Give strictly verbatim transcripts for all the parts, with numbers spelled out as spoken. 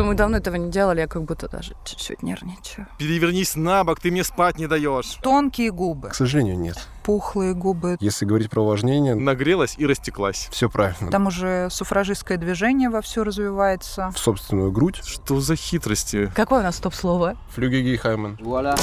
что мы давно этого не делали, я как будто даже чуть-чуть нервничаю. Перевернись на бок, ты мне спать не даешь. Тонкие губы. К сожалению, нет. Пухлые губы. Если говорить про увлажнение, Нагрелась и растеклась. все правильно. Там уже суфражистское движение вовсю развивается. В собственную грудь. Что за хитрости? Какое у нас топ-слово? Флюгегейхаймен. Вуаля.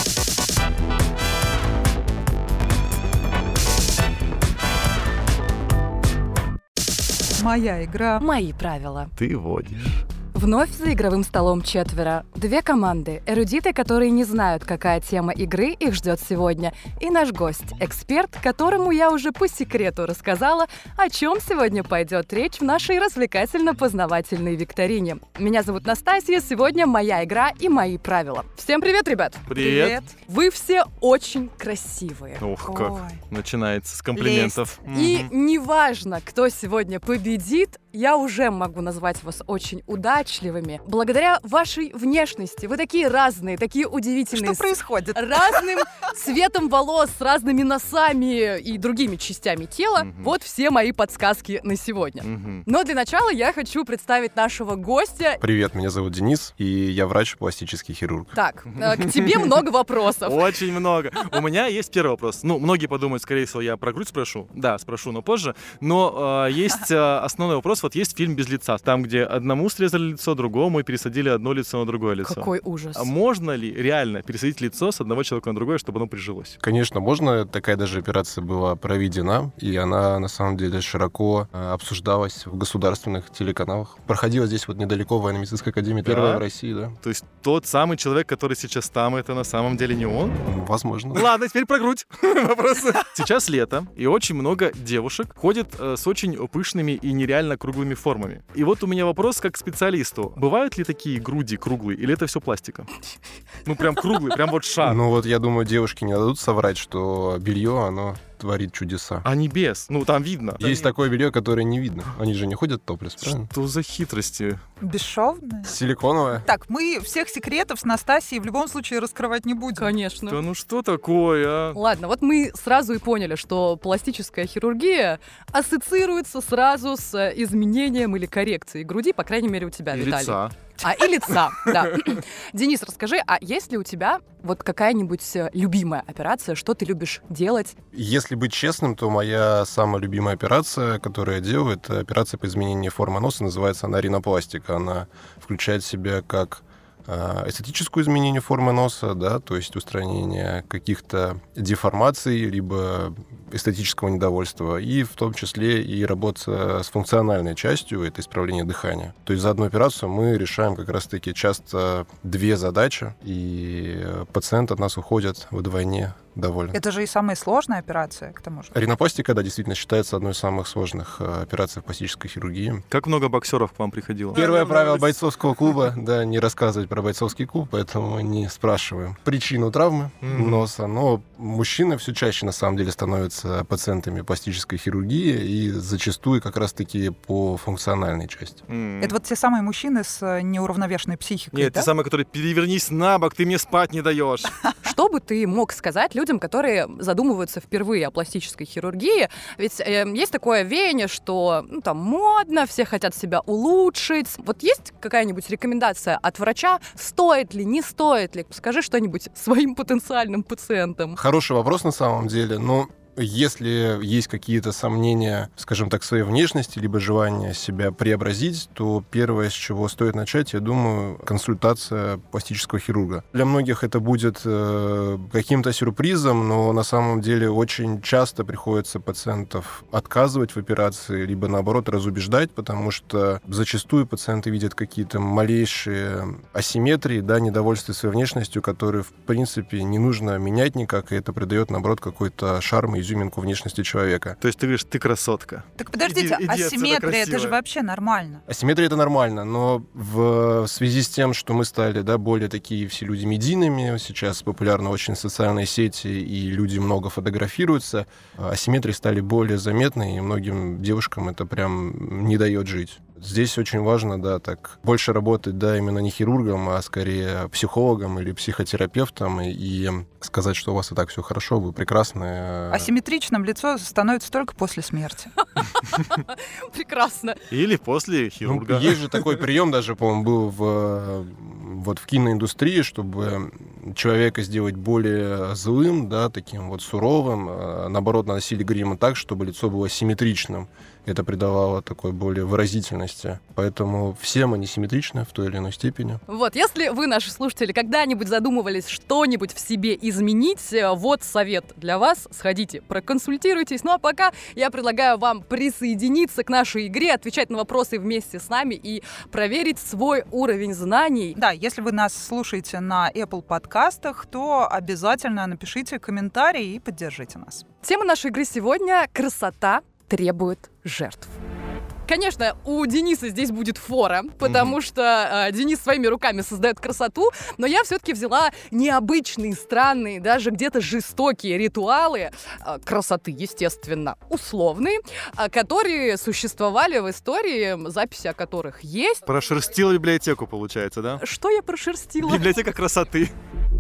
Моя игра. Мои правила. Ты водишь. Вновь за игровым столом четверо. Две команды, эрудиты, которые не знают, какая тема игры их ждет сегодня. И наш гость, эксперт, которому я уже по секрету рассказала, о чем сегодня пойдет речь в нашей развлекательно-познавательной викторине. Меня зовут Настасья, сегодня моя игра и мои правила. Всем привет, ребят! Привет. Вы все очень красивые. Ух, как Ой. начинается с комплиментов. И Мгм. неважно, кто сегодня победит, я уже могу назвать вас очень удачливыми. Благодаря вашей внешности вы такие разные, такие удивительные. Что происходит? С разным цветом волос, с разными носами и другими частями тела. Мгм. Вот все мои подсказки на сегодня. Мгм. Но для начала я хочу представить нашего гостя. Привет, меня зовут Денис, и я врач-пластический хирург. Так, э, к тебе много вопросов. Очень много. У меня есть первый вопрос. Ну, многие подумают, скорее всего, я про грудь спрошу. Да, спрошу, но позже. Но э, есть э, основной вопрос. Вот есть фильм «Без лица». Там, где одному срезали лицо, другому и пересадили одно лицо на другое лицо. Какой ужас. А можно ли реально пересадить лицо с одного человека на другое, чтобы оно прижилось? Конечно, можно. Такая даже операция была проведена, и она на самом деле широко э, обсуждалась в государственных телеканалах. Проходила здесь вот недалеко в военно-медицинской академии, Да? первая в России, да. То есть тот самый человек, который сейчас там, это на самом деле не он? М, Возможно. Ладно, теперь про грудь. Вопросы. Сейчас лето, и очень много девушек ходят э, с очень пышными и нереально круглыми формами. И вот у меня вопрос как к специалисту. Бывают ли такие груди круглые, или это все пластика? Ну, прям круглый, прям вот шар. Ну вот, я думаю, девушки не дадут соврать, что белье, оно творит чудеса. А не без. Ну, там видно. Есть такое белье, которое не видно. Они же не ходят топлес, правильно? Что за хитрости? Бесшовная. Силиконовое. Так, мы всех секретов с Настасьей в любом случае раскрывать не будем. Конечно. Да ну что такое, а? Ладно, вот мы сразу и поняли, что пластическая хирургия ассоциируется сразу с э, изменением или коррекцией груди, по крайней мере, у тебя, И Виталий. лица. А, и лица, да. Денис, расскажи, а есть ли у тебя вот какая-нибудь э, любимая операция, что ты любишь делать? Если быть честным, то моя самая любимая операция, которую я делаю, это операция по изменению формы носа, называется она ринопластика. Она включает в себя как э, эстетическую изменение формы носа, да, то есть устранение каких-то деформаций, либо эстетического недовольства, и в том числе и работа с функциональной частью, это исправление дыхания. То есть за одну операцию мы решаем как раз-таки часто две задачи, и пациент от нас уходит вдвойне доволен. Это же и самая сложная операция, к тому же. Ринопластика, да, действительно считается одной из самых сложных э, операций в пластической хирургии. Как много боксеров к вам приходило? Первое правило бойцовского клуба, да, не рассказывать про бойцовский клуб, поэтому мы не спрашиваем причину травмы Мгм. носа, но мужчины все чаще, на самом деле, становятся пациентами пластической хирургии, и зачастую как раз-таки по функциональной части. М. Это вот те самые мужчины с э, неуравновешенной психикой, Нет, да? ты самый, который перевернись на бок, ты мне спать не даешь. Что бы ты мог сказать людям, которые задумываются впервые о пластической хирургии? Ведь э, есть такое веяние, что ну, там модно, все хотят себя улучшить. Вот есть какая-нибудь рекомендация от врача? Стоит ли, не стоит ли? Скажи что-нибудь своим потенциальным пациентам. Хороший вопрос на самом деле, но если есть какие-то сомнения, скажем так, в своей внешности, либо желание себя преобразить, то первое, с чего стоит начать, я думаю, консультация пластического хирурга. Для многих это будет э, каким-то сюрпризом, но на самом деле очень часто приходится пациентов отказывать в операции, либо наоборот разубеждать, потому что зачастую пациенты видят какие-то малейшие асимметрии, да, недовольствия своей внешностью, которые, в принципе, не нужно менять никак, и это придает, наоборот, какой-то шарм и изюминку внешности человека. То есть ты говоришь, ты красотка. Так подождите, Иди- иди отсюда, асимметрия, это же красивая. вообще нормально. Асимметрия — это нормально, но в связи с тем, что мы стали, да, более такие все люди медийными, сейчас популярны очень социальные сети, и люди много фотографируются, асимметрии стали более заметны, и многим девушкам это прям не дает жить. Здесь очень важно, да, так больше работать, да, именно не хирургом, а скорее психологом или психотерапевтом и, и сказать, что у вас и так все хорошо, вы прекрасны. Асимметричным лицо становится только после смерти. Прекрасно. Или после хирурга. Ну, есть же такой прием, даже, по-моему, был в, вот в киноиндустрии, чтобы человека сделать более злым, да, таким вот суровым. Наоборот, наносили грима так, чтобы лицо было симметричным. Это придавало такой более выразительности. Поэтому все мы несимметричны в той или иной степени. Вот, если вы, наши слушатели, когда-нибудь задумывались что-нибудь в себе изменить, вот совет для вас. Сходите, проконсультируйтесь. Ну а пока я предлагаю вам присоединиться к нашей игре, отвечать на вопросы вместе с нами и проверить свой уровень знаний. Да, если вы нас слушаете на Apple подкастах, то обязательно напишите комментарий и поддержите нас. Тема нашей игры сегодня — красота требует жертв. Конечно, у Дениса здесь будет фора, потому mm-hmm. что э, Денис своими руками создает красоту, но я все-таки взяла необычные, странные, даже где-то жестокие ритуалы э, красоты, естественно, условные, э, которые существовали в истории, записи о которых есть. Прошерстила библиотеку, получается, да? Что я прошерстила? Библиотека красоты.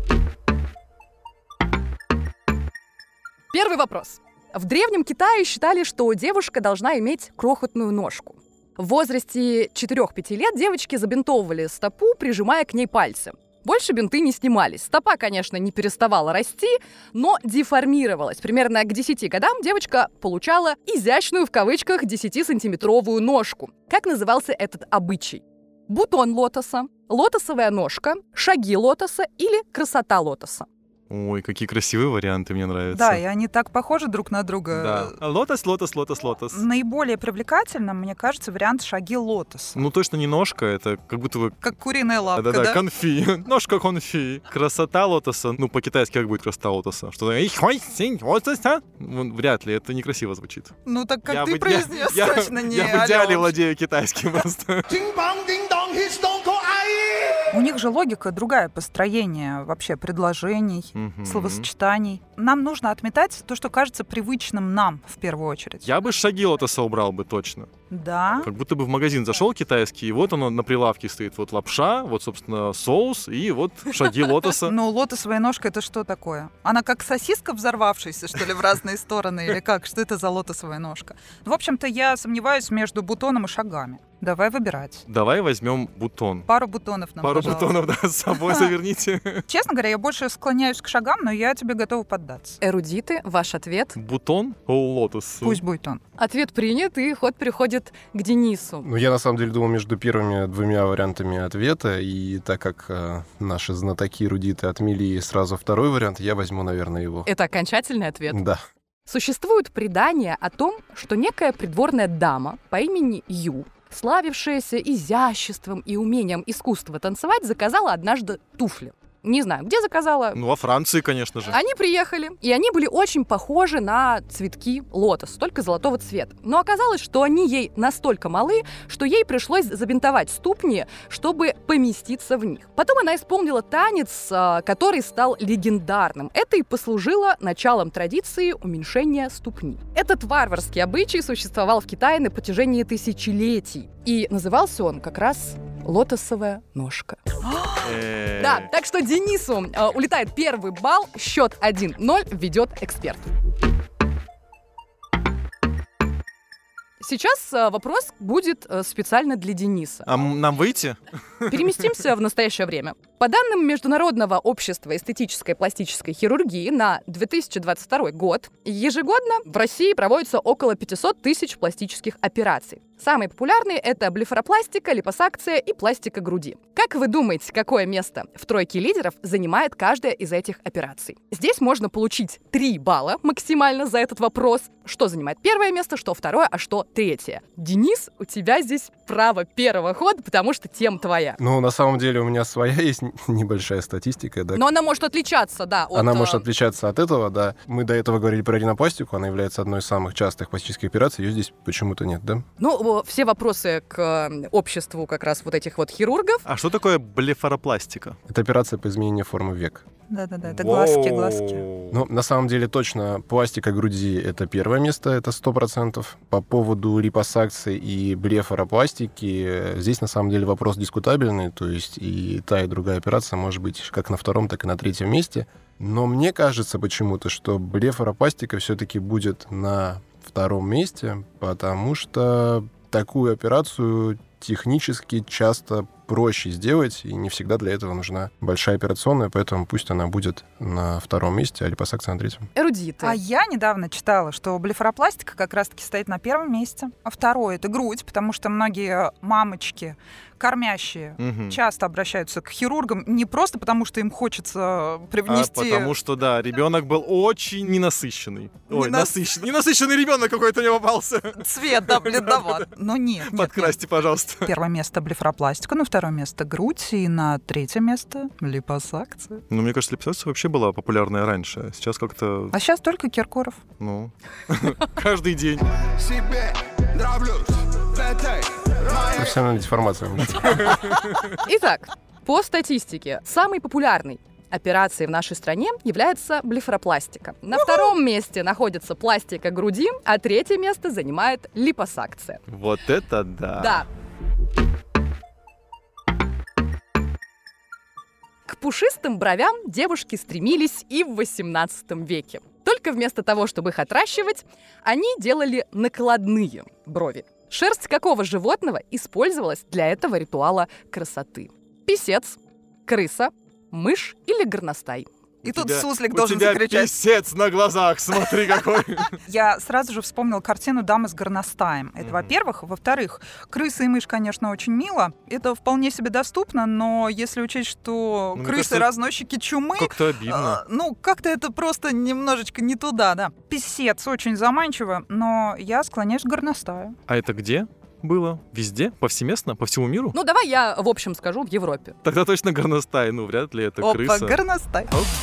Первый вопрос. В Древнем Китае считали, что девушка должна иметь крохотную ножку. В возрасте четырех-пяти лет девочки забинтовывали стопу, прижимая к ней пальцы. Больше бинты не снимались. Стопа, конечно, не переставала расти, но деформировалась. Примерно к десяти годам девочка получала «изящную» в кавычках десятисантиметровую ножку. Как назывался этот обычай? Бутон лотоса, лотосовая ножка, шаги лотоса или красота лотоса? Ой, какие красивые варианты, мне нравятся. Да, и они так похожи друг на друга. Да. Лотос, лотос, лотос, лотос. Наиболее привлекательным, мне кажется, вариант шаги лотоса. Ну, точно не ножка, это как будто вы... Как куриная лапка, Да-да-да, да? конфи. Ножка конфи. Красота лотоса. Ну, по-китайски как будет красота лотоса? Что-то... Вряд ли, это некрасиво звучит. Ну, так как я ты в... произнес, я, точно не Я в идеале алло. владею китайским просто. У них же логика другая, построение вообще предложений, Мгм. словосочетаний. Нам нужно отметать то, что кажется привычным нам в первую очередь. Я бы шаги лотоса убрал бы точно. Да. Как будто бы в магазин зашел китайский, и вот оно на прилавке стоит. Вот лапша, вот, собственно, соус, и вот шаги лотоса. Ну, лотосовая ножка — это что такое? Она как сосиска взорвавшаяся, что ли, в разные стороны? Или как? Что это за лотосовая ножка? Ну, в общем-то, я сомневаюсь между бутоном и шагами. Давай выбирать. Давай возьмем бутон. Пару бутонов нам, Пару пожалуйста. бутонов, да, с собой заверните. Честно говоря, я больше склоняюсь к шагам, но я тебе готова поддаться. Эрудиты, ваш ответ? Бутон о лотос. Пусть будет он. Ответ принят, и ход переходит к Денису. Ну, я на самом деле думал между первыми двумя вариантами ответа, и так как э, наши знатоки эрудиты отмели сразу второй вариант, я возьму, наверное, его. Это окончательный ответ? Да. Существует предание о том, что некая придворная дама по имени Ю, славившаяся изяществом и умением искусства танцевать, заказала однажды туфли. Не знаю, где заказала. Ну, во Франции, конечно же. Они приехали, и они были очень похожи на цветки лотоса, только золотого цвета. Но оказалось, что они ей настолько малы, что ей пришлось забинтовать ступни, чтобы поместиться в них. Потом она исполнила танец, который стал легендарным. Это и послужило началом традиции уменьшения ступни. Этот варварский обычай существовал в Китае на протяжении тысячелетий. И назывался он как раз лотосовая ножка. Э, Да, так что Денису э, улетает первый балл, счет один ноль ведет эксперт. Сейчас э, вопрос будет э, специально для Дениса. А м- нам выйти? Переместимся в настоящее время. По данным Международного общества эстетической и пластической хирургии на две тысячи двадцать второй год ежегодно в России проводится около пятьсот тысяч пластических операций. Самые популярные — это блефаропластика, липосакция и пластика груди. Как вы думаете, какое место в тройке лидеров занимает каждая из этих операций? Здесь можно получить три балла максимально за этот вопрос. Что занимает первое место, что второе, а что третье? Денис, у тебя здесь право первого хода, потому что тема твоя. Ну, на самом деле у меня своя есть небольшая статистика, да. Но она может отличаться, да. От, Она может э, отличаться от этого, да. Мы до этого говорили про ринопластику, она является одной из самых частых пластических операций, ее здесь почему-то нет, да? Ну, во- все вопросы к э, обществу как раз вот этих вот хирургов. А что такое блефаропластика? Это операция по изменению формы век. Да-да-да, это глазки, глазки. Ну, на самом деле, точно, пластика груди — это первое место, это сто процентов. По поводу липосакции и блефаропластики, здесь, на самом деле, вопрос дискутабельный, то есть и та, и другая операция может быть как на втором, так и на третьем месте. Но мне кажется почему-то, что блефаропластика все-таки будет на втором месте, потому что такую операцию технически часто проще сделать, и не всегда для этого нужна большая операционная, поэтому пусть она будет на втором месте, а липосакция на третьем. Эрудиты. А я недавно читала, что блефаропластика как раз-таки стоит на первом месте, а второе — это грудь, потому что многие мамочки, кормящие, Мгм. часто обращаются к хирургам не просто потому, что им хочется А привнести... потому что, да, ребенок был очень ненасыщенный. Ой, Ненас- насыщенный. Ненасыщенный ребенок какой-то мне попался. Цвет, да, бледноват. Но нет, нет, нет. Подкрасьте, пожалуйста. Первое место блефаропластика, на второе место грудь, и на третье место липосакция. Ну, мне кажется, липосакция вообще была популярная раньше. Сейчас как-то, А сейчас только Киркоров. ну, каждый день. Себе нравлюсь в этой моей Профессиональная деформация. Итак, по статистике, самой популярной операцией в нашей стране является блефаропластика. На втором месте находится пластика груди, а третье место занимает липосакция. Вот это да. Да. К пушистым бровям девушки стремились и в восемнадцатом веке. Только вместо того, чтобы их отращивать, они делали накладные брови. Шерсть какого животного использовалась для этого ритуала красоты? Писец, крыса, мышь или горностай? И У тут тебя- суслик у должен тебя закричать. писец на глазах, смотри какой. Я сразу же вспомнила картину «Дамы с горностаем». Это, Мгм. во-первых. Во-вторых, крысы и мышь, конечно, очень мило. Это вполне себе доступно, но если учесть, что Ну, мне крысы кажется, разносчики чумы, Как-то обидно. а, ну, как-то это просто немножечко не туда, да. Писец очень заманчиво, но я склоняюсь к горностаю. А это где было? Везде? Повсеместно? По всему миру? Ну, давай я в общем скажу, в Европе. Тогда точно горностай. Ну, вряд ли это Опа, крыса. горностай.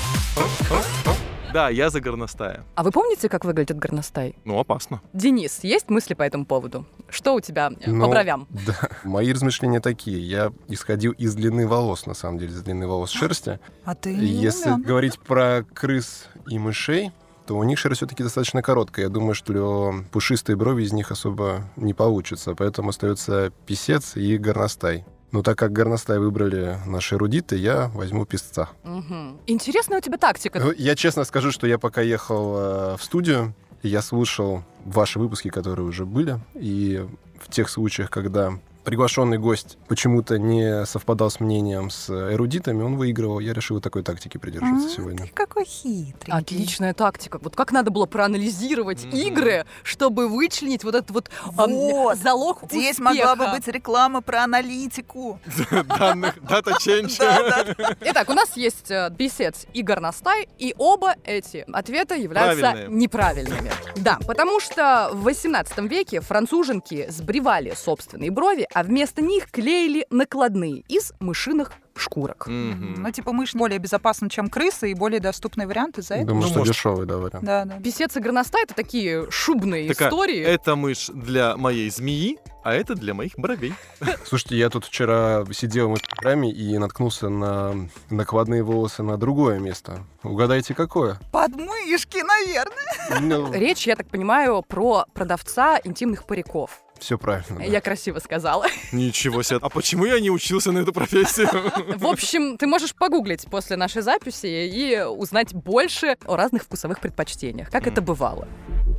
Да, я за горностая. А вы помните, как выглядит горностай? Ну, опасно. Денис, есть мысли по этому поводу? Что у тебя э, по Ну, бровям? Да, мои размышления такие. Я исходил из длины волос, на самом деле, из длины волос шерсти. А ты И не Если умён. говорить про крыс и мышей, то у них шерсть все-таки достаточно короткая. Я думаю, что пушистые брови из них особо не получится. Поэтому остается писец и горностай. Но так как горностай выбрали наши эрудиты, я возьму писца. Мгм. Интересная у тебя тактика. Ну, Я честно скажу, что я пока ехал э, в студию, я слушал ваши выпуски, которые уже были. И в тех случаях, когда приглашенный гость почему-то не совпадал с мнением с эрудитами, он выигрывал. Я решил такой тактики придерживаться М, сегодня. Ты какой хитрый. Отличная тактика. Вот как надо было проанализировать Мгм. игры, чтобы вычленить вот этот вот ам, Вот. залог Здесь успеха. могла бы быть реклама про аналитику. Данных, дата чендж. Да, да. Итак, у нас есть э, писец и горностай, и оба эти ответа являются Правильные. неправильными. Да, потому что в восемнадцатом веке француженки сбривали собственные брови, а вместо них клеили накладные из мышиных шкурок. Ну, типа, мышь более безопасна, чем крысы, и более доступный вариант из-за этого. Думаю, Ну, что может. дешевый, да, вариант. Да, да. Писец и горностай — это такие шубные Такая, истории. Это мышь для моей змеи, а это для моих бровей. Слушайте, я тут вчера сидел в Инстаграме и наткнулся на накладные волосы на другое место. Угадайте, какое? Подмышки, наверное. Ну, Речь, я так понимаю, про продавца интимных париков. все правильно. да. Я красиво сказала. Ничего себе. А почему я не учился на эту профессию? В общем, ты можешь погуглить после нашей записи и узнать больше о разных вкусовых предпочтениях, как это бывало.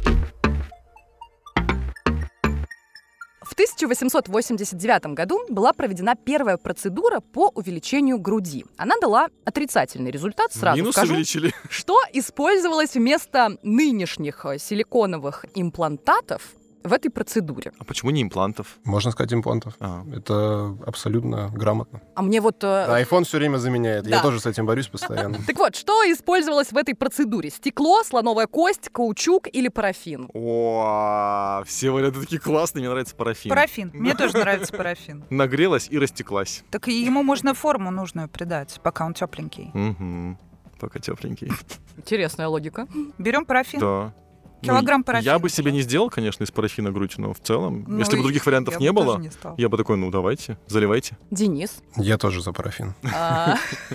В тысяча восемьсот восемьдесят девятом году была проведена первая процедура по увеличению груди. Она дала отрицательный результат, сразу Минус скажу. увеличили. Что использовалось вместо нынешних э, силиконовых имплантатов в этой процедуре? А почему не имплантов? Можно сказать, имплантов. А. Это абсолютно грамотно. А мне вот... э, Айфон все время заменяет. Да. Я тоже с этим борюсь постоянно. Так вот, что использовалось в этой процедуре? Стекло, слоновая кость, каучук или парафин? О, все варианты такие классные, мне нравится парафин. Парафин. Мне тоже нравится парафин. Нагрелась и растеклась. Так и ему можно форму нужную придать, пока он тепленький. Угу. Пока тепленький. Интересная логика. Берем парафин. Да. Килограмм Ну, парафина. Я бы себе не сделал, конечно, из парафина грудь, но в целом, Ну, если бы и других вариантов я не бы было, тоже не стала. я бы такой, ну давайте, заливайте. Денис. Я тоже за парафин. А,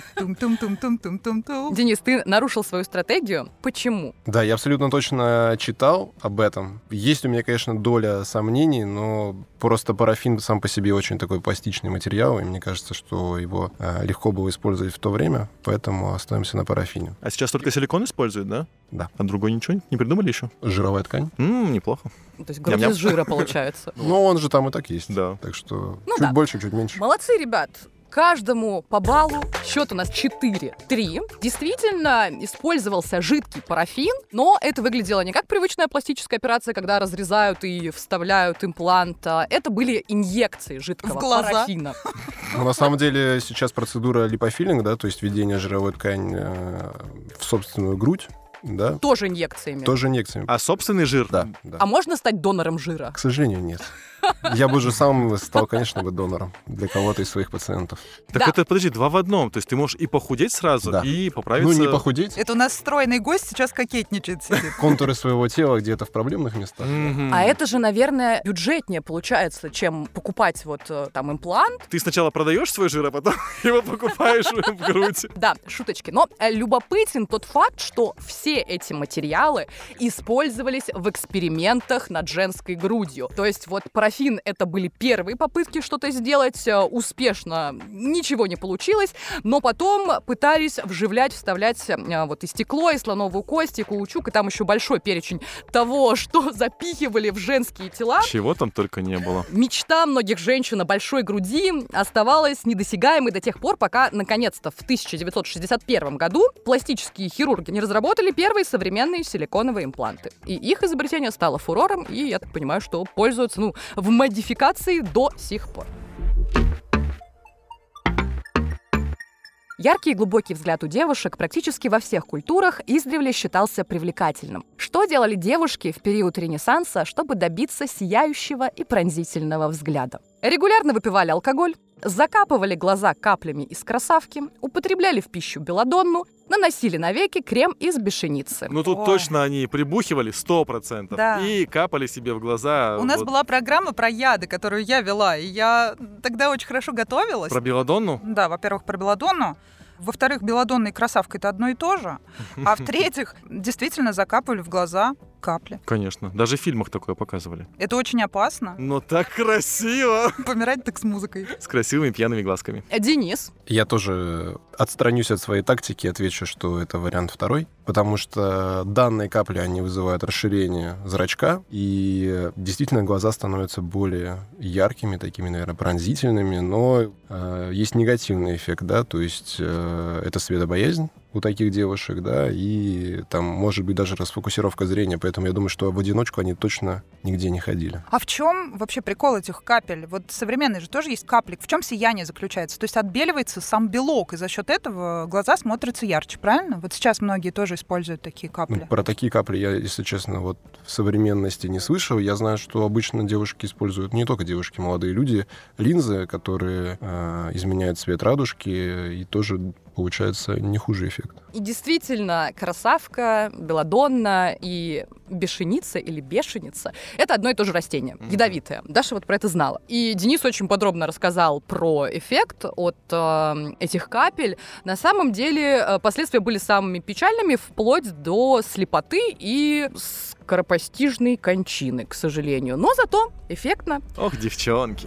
Тум-тум-тум-тум-тум-тум. Денис, ты нарушил свою стратегию. Почему? Да, я абсолютно точно читал об этом. Есть у меня, конечно, доля сомнений, но просто парафин сам по себе очень такой пластичный материал, и мне кажется, что его а, легко было использовать в то время, поэтому остановимся на парафине. А сейчас только силикон используют, да? Да. А другой ничего не придумали еще? Жировая ткань. М, неплохо. То есть грудь Ням-ням. из жира получается. Но он же там и так есть. Да. Так что Ну чуть да. больше, чуть меньше. Молодцы, ребят. Каждому по баллу. Счет у нас четыре три. Действительно, использовался жидкий парафин, но это выглядело не как привычная пластическая операция, когда разрезают и вставляют имплант. а Это были инъекции жидкого В глаза. парафина. Ну, на самом деле сейчас процедура липофилинг, да, то есть введение жировой ткани э, в собственную грудь, да, Тоже инъекциями. тоже инъекциями. А собственный жир? Да, да. А можно стать донором жира? К сожалению, нет. Я бы уже сам стал, конечно, бы донором для кого-то из своих пациентов. Так Да. это, подожди, два в одном. То есть ты можешь и похудеть сразу, Да. и Ну, поправиться. не похудеть, Это у нас стройный гость сейчас кокетничает сидит. контуры своего тела где-то в проблемных местах. Мгм. А это же, наверное, бюджетнее получается, чем покупать вот э, там имплант. Ты сначала продаешь свой жир, а потом его покупаешь в грудь. Да, шуточки. Но э, любопытен тот факт, что все эти материалы использовались в экспериментах над женской грудью. То есть вот парафин — это были первые попытки что-то сделать, э, успешно ничего не получилось, но потом пытались вживлять, вставлять э, вот и стекло, и слоновую кость, и каучук, и там еще большой перечень того, что запихивали в женские тела. Чего там только не было. Мечта многих женщин о большой груди оставалась недосягаемой до тех пор, пока, наконец-то, в тысяча девятьсот шестьдесят первом году пластические хирурги не разработали первые современные силиконовые импланты. И их изобретение стало фурором, и я так понимаю, что пользуются, ну, в модификации до сих пор. Яркий и глубокий взгляд у девушек практически во всех культурах издревле считался привлекательным. Что делали девушки в период Ренессанса, чтобы добиться сияющего и пронзительного взгляда? Регулярно выпивали алкоголь, закапывали глаза каплями из красавки, употребляли в пищу белладонну, наносили на веки крем из бешеницы. Ну тут Ой. точно они прибухивали сто процентов Да. и капали себе в глаза. У нас вот была программа про яды, которую я вела, и я тогда очень хорошо готовилась. Про белладонну. Да, во-первых, про белладонну. Во-вторых, белладонна и красавка — это одно и то же. А в-третьих, действительно закапывали в глаза капли. Конечно. Даже в фильмах такое показывали. Это очень опасно. Но так красиво! Помирать так с музыкой. С красивыми пьяными глазками. Денис. Я тоже отстранюсь от своей тактики и отвечу, что это вариант второй, потому что данные капли, они вызывают расширение зрачка, и действительно глаза становятся более яркими, такими, наверное, пронзительными, но э, есть негативный эффект, да, то есть э, это светобоязнь у таких девушек, да, и там может быть даже расфокусировка зрения, поэтому я думаю, что в одиночку они точно нигде не ходили. А в чем вообще прикол этих капель? Вот современные же тоже есть капли. В чем сияние заключается? То есть отбеливается сам белок, и за счет этого глаза смотрятся ярче, правильно? Вот сейчас многие тоже используют такие Ну, капли. про такие капли я, если честно, вот в современности не слышал. Я знаю, что обычно девушки используют, не только девушки, молодые люди, линзы, которые э, изменяют цвет радужки, и тоже получается не хуже эффект. И действительно, красавка, белладонна и бешеница или бешеница — это одно и то же растение, Мгм. ядовитое. Даша вот про это знала. И Денис очень подробно рассказал про эффект от э, этих капель. На самом деле э, последствия были самыми печальными, вплоть до слепоты и скоропостижной кончины, к сожалению. Но зато эффектно. Ох, девчонки.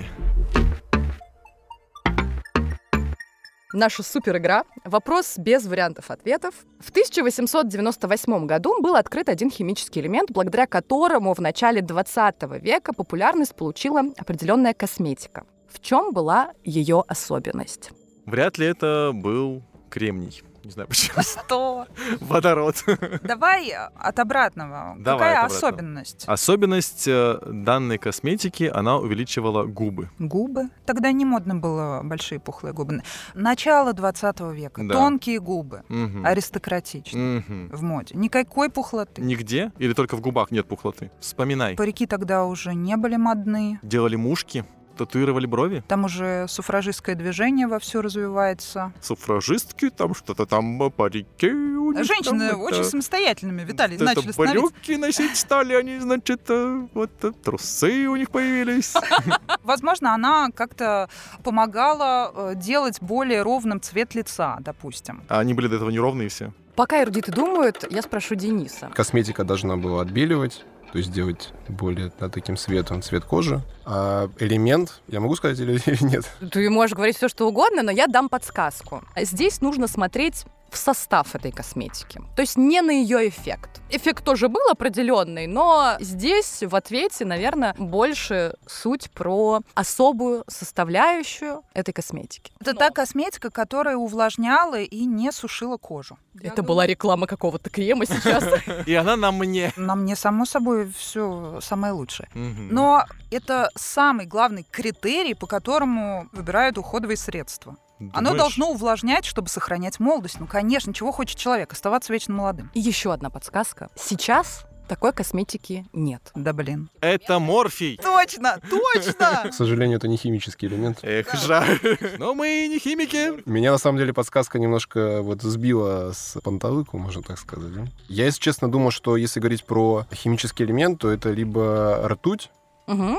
Наша суперигра. Вопрос без вариантов ответов. В тысяча восемьсот девяносто восьмом году был открыт один химический элемент, благодаря которому в начале двадцатого века популярность получила определенная косметика. В чем была ее особенность? Вряд ли это был кремний. Не знаю почему. Что? Водород. Давай от обратного. Давай Какая от обратного. особенность? Особенность э, данной косметики, она увеличивала губы. Губы? Тогда не модно было большие пухлые губы. Начало двадцатого века. Да. Тонкие губы. Мгм. Аристократичные. Мгм. В моде. Никакой пухлоты. Нигде? Или только в губах нет пухлоты? Вспоминай. Парики тогда уже не были модны. Делали мушки. татуировали брови? Там уже суфражистское движение вовсю развивается. Суфражистки, там что-то там, парики у них. Женщины там, очень это, самостоятельными, Виталий, это начали становиться. брюки носить стали они, значит, э, вот э, трусы у них появились. Возможно, она как-то помогала э, делать более ровным цвет лица, допустим. А они были до этого неровные все? Пока эрудиты думают, я спрошу Дениса. Косметика должна была отбеливать, то есть делать более да, таким светлым цвет кожи. А элемент, я могу сказать или, или нет? Ты можешь говорить все, что угодно, но я дам подсказку. Здесь нужно смотреть в состав этой косметики. То есть не на ее эффект. Эффект тоже был определенный, но здесь в ответе, наверное, больше суть про особую составляющую этой косметики. Это та косметика, которая увлажняла и не сушила кожу. Это была реклама какого-то крема сейчас. И она на мне. На мне, само собой, все самое лучшее. Мгм. Но это самый главный критерий, по которому выбирают уходовые средства. Оно Думаешь? должно увлажнять, чтобы сохранять молодость. Ну, конечно, чего хочет человек? Оставаться вечно молодым. И еще одна подсказка. Сейчас такой косметики нет. Да блин. Это морфий. Точно, точно! К сожалению, это не химический элемент. Эх, жаль. Но мы не химики. Меня, на самом деле, подсказка немножко вот сбила с панталыку, можно так сказать. Да? Я, если честно, думал, что если говорить про химический элемент, то это либо ртуть, Угу.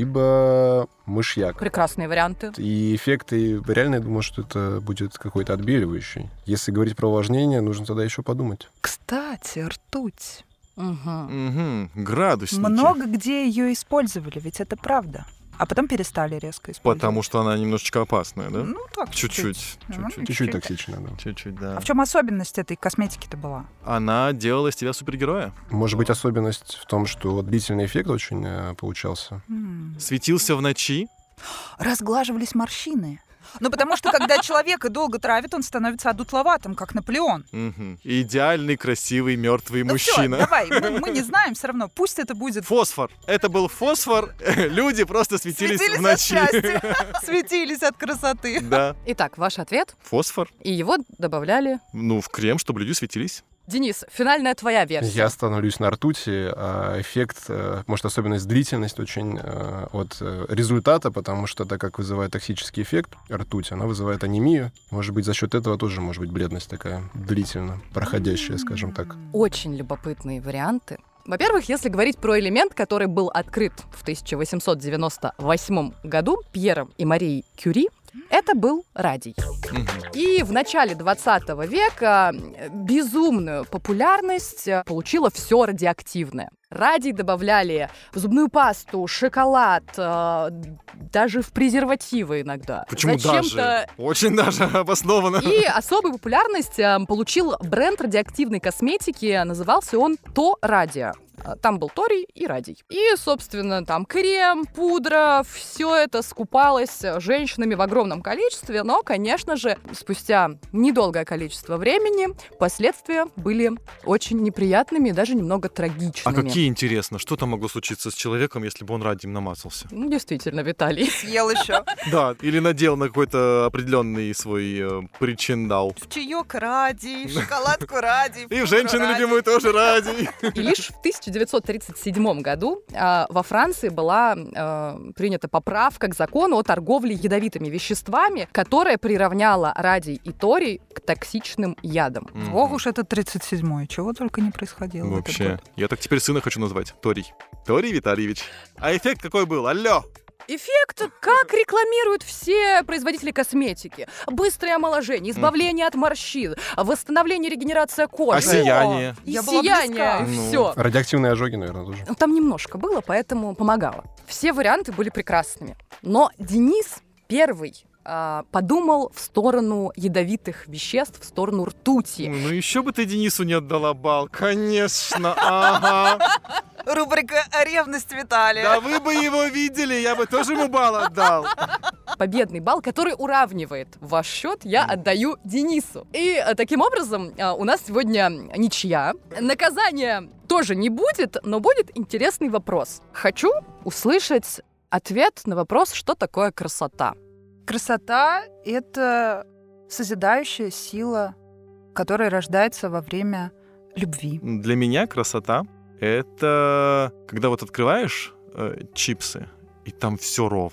либо мышьяк. Прекрасные варианты. И эффекты, реально, я думаю, что это будет какой-то отбеливающий. Если говорить про увлажнение, нужно тогда еще подумать. Кстати, ртуть. Угу. Угу. Градусники. Много где ее использовали, ведь это правда. А потом перестали резко использовать. Потому что она немножечко опасная, да? Ну, так, Чуть-чуть. Ну, Чуть-чуть. Чуть-чуть токсично, да. Чуть-чуть, да. А в чем особенность этой косметики-то была? Она делала из тебя супергероя. Может быть, особенность в том, что длительный эффект очень э, получался. М. Светился в ночи. Разглаживались морщины. Ну, потому что, когда человека долго травит, он становится одутловатым, как Наполеон. Мгм. Идеальный, красивый, мертвый Ну всё, мужчина. давай, мы, мы не знаем все равно. Пусть это будет... Фосфор. Это был фосфор. Люди просто светились, Светились в от ночи. счастья. Светились от красоты. Да. Итак, ваш ответ. Фосфор. И его добавляли. Ну, в крем, чтобы люди светились. Денис, финальная твоя версия. Я остановлюсь на ртути, а эффект, э, может, особенность длительность очень э, от э, результата, потому что так как вызывает токсический эффект, ртуть, она вызывает анемию. Может быть, за счет этого тоже может быть бледность такая длительно проходящая, скажем так. Очень любопытные варианты. Во-первых, если говорить про элемент, который был открыт в тысяча восемьсот девяносто восьмом году Пьером и Марией Кюри, это был радий. Мгм. И в начале двадцатого века безумную популярность получило все радиоактивное. Радий добавляли в зубную пасту, шоколад, э, даже в презервативы иногда. Почему Зачем-то- даже? Очень даже обоснованно. И особую популярность э, получил бренд радиоактивной косметики, назывался он То Радио. Э, Там был торий и радий. И, собственно, там крем, пудра, все это скупалось женщинами в огромном количестве, но, конечно же, спустя недолгое количество времени последствия были очень неприятными и даже немного трагичными. А какие, интересно, что там могло случиться с человеком, если бы он радием намазался? Ну, действительно, Виталий. Съел еще. Да, или надел на какой-то определенный свой э, причиндал. В чаек радий, в шоколадку радий. И в женщину любимую тоже радий. И лишь в тысяча девятьсот тридцать седьмом году э, во Франции была э, принята поправка к закону о торговле ядовитыми веществами, которая приравняла радий и торий к токсичным ядам. Мгм. Ох уж этот тридцать седьмой, чего только не происходило в этот Вообще. год. Я так теперь сына хочу назвать. Торий. Торий Витальевич. А эффект какой был? Алло! Эффект, как рекламируют все производители косметики. Быстрое омоложение, избавление от морщин, восстановление, регенерация кожи. А сияние? И Я была сияние, близка. Ну. все. Радиоактивные ожоги, наверное, тоже. Там немножко было, поэтому помогало. Все варианты были прекрасными. Но Денис первый а, подумал в сторону ядовитых веществ, в сторону ртути. Ну еще бы ты Денису не отдала бал. Конечно, ага. Рубрика «Ревность Виталия». Да вы бы его видели, я бы тоже ему бал отдал. Победный балл, который уравнивает ваш счет, я отдаю Денису. И э, таким образом э, у нас сегодня ничья. Наказания тоже не будет, но будет интересный вопрос. Хочу услышать ответ на вопрос, что такое красота. Красота — это созидающая сила, которая рождается во время любви. Для меня красота — это когда вот открываешь э, чипсы, и там все ровное.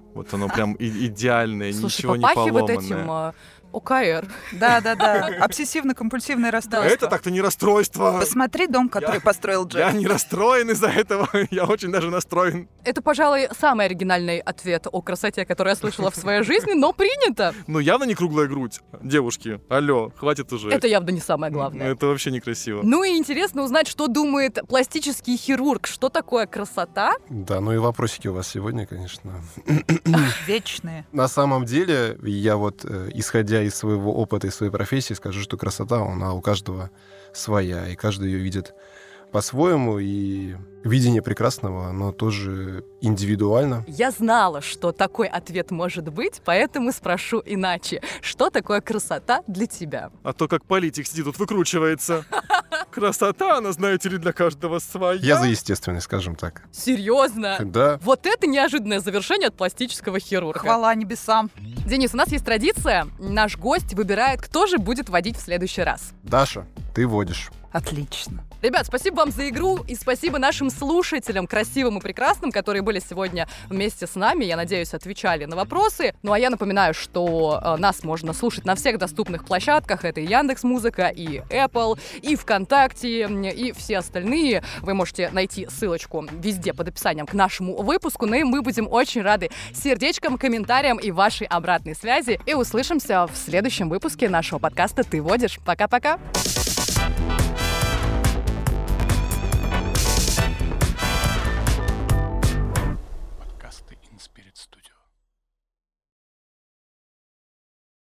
Вот оно прям и- идеальное, Слушай, ничего не попахивает поломанное. этим а, ОКР. Да-да-да, обсессивно-компульсивное расстройство. Это так-то не расстройство. Посмотри дом, который Я- построил Джек. Я не расстроен из-за этого, я очень даже настроен. Это, пожалуй, самый оригинальный ответ о красоте, который я слышала в своей жизни, но принято. Ну, явно не круглая грудь. Девушки, алло, хватит уже. Это явно не самое главное. Это вообще некрасиво. Ну и интересно узнать, что думает пластический хирург. Что такое красота? Да, ну и вопросики у вас сегодня, конечно. Вечные. На самом деле, я вот, э, исходя из своего опыта и своей профессии, скажу, что красота, она у каждого своя, и каждый ее видит по-своему, и видение прекрасного, оно тоже индивидуально. Я знала, что такой ответ может быть, поэтому спрошу иначе. Что такое красота для тебя? А то как политик сидит тут выкручивается. Красота, она, знаете ли, для каждого своя. Я за естественность, скажем так. Серьезно? Да. Вот это неожиданное завершение от пластического хирурга. Хвала небесам. Денис, у нас есть традиция. Наш гость выбирает, кто же будет водить в следующий раз. Даша, ты водишь. Отлично. Ребят, спасибо вам за игру и спасибо нашим слушателям, красивым и прекрасным, которые были сегодня вместе с нами. Я надеюсь, отвечали на вопросы. Ну а я напоминаю, что э, нас можно слушать на всех доступных площадках. Это и Яндекс.Музыка, и Apple, и ВКонтакте, и все остальные. Вы можете найти ссылочку везде под описанием к нашему выпуску. Ну и мы будем очень рады сердечкам, комментариям и вашей обратной связи. И услышимся в следующем выпуске нашего подкаста «Ты водишь». Пока-пока!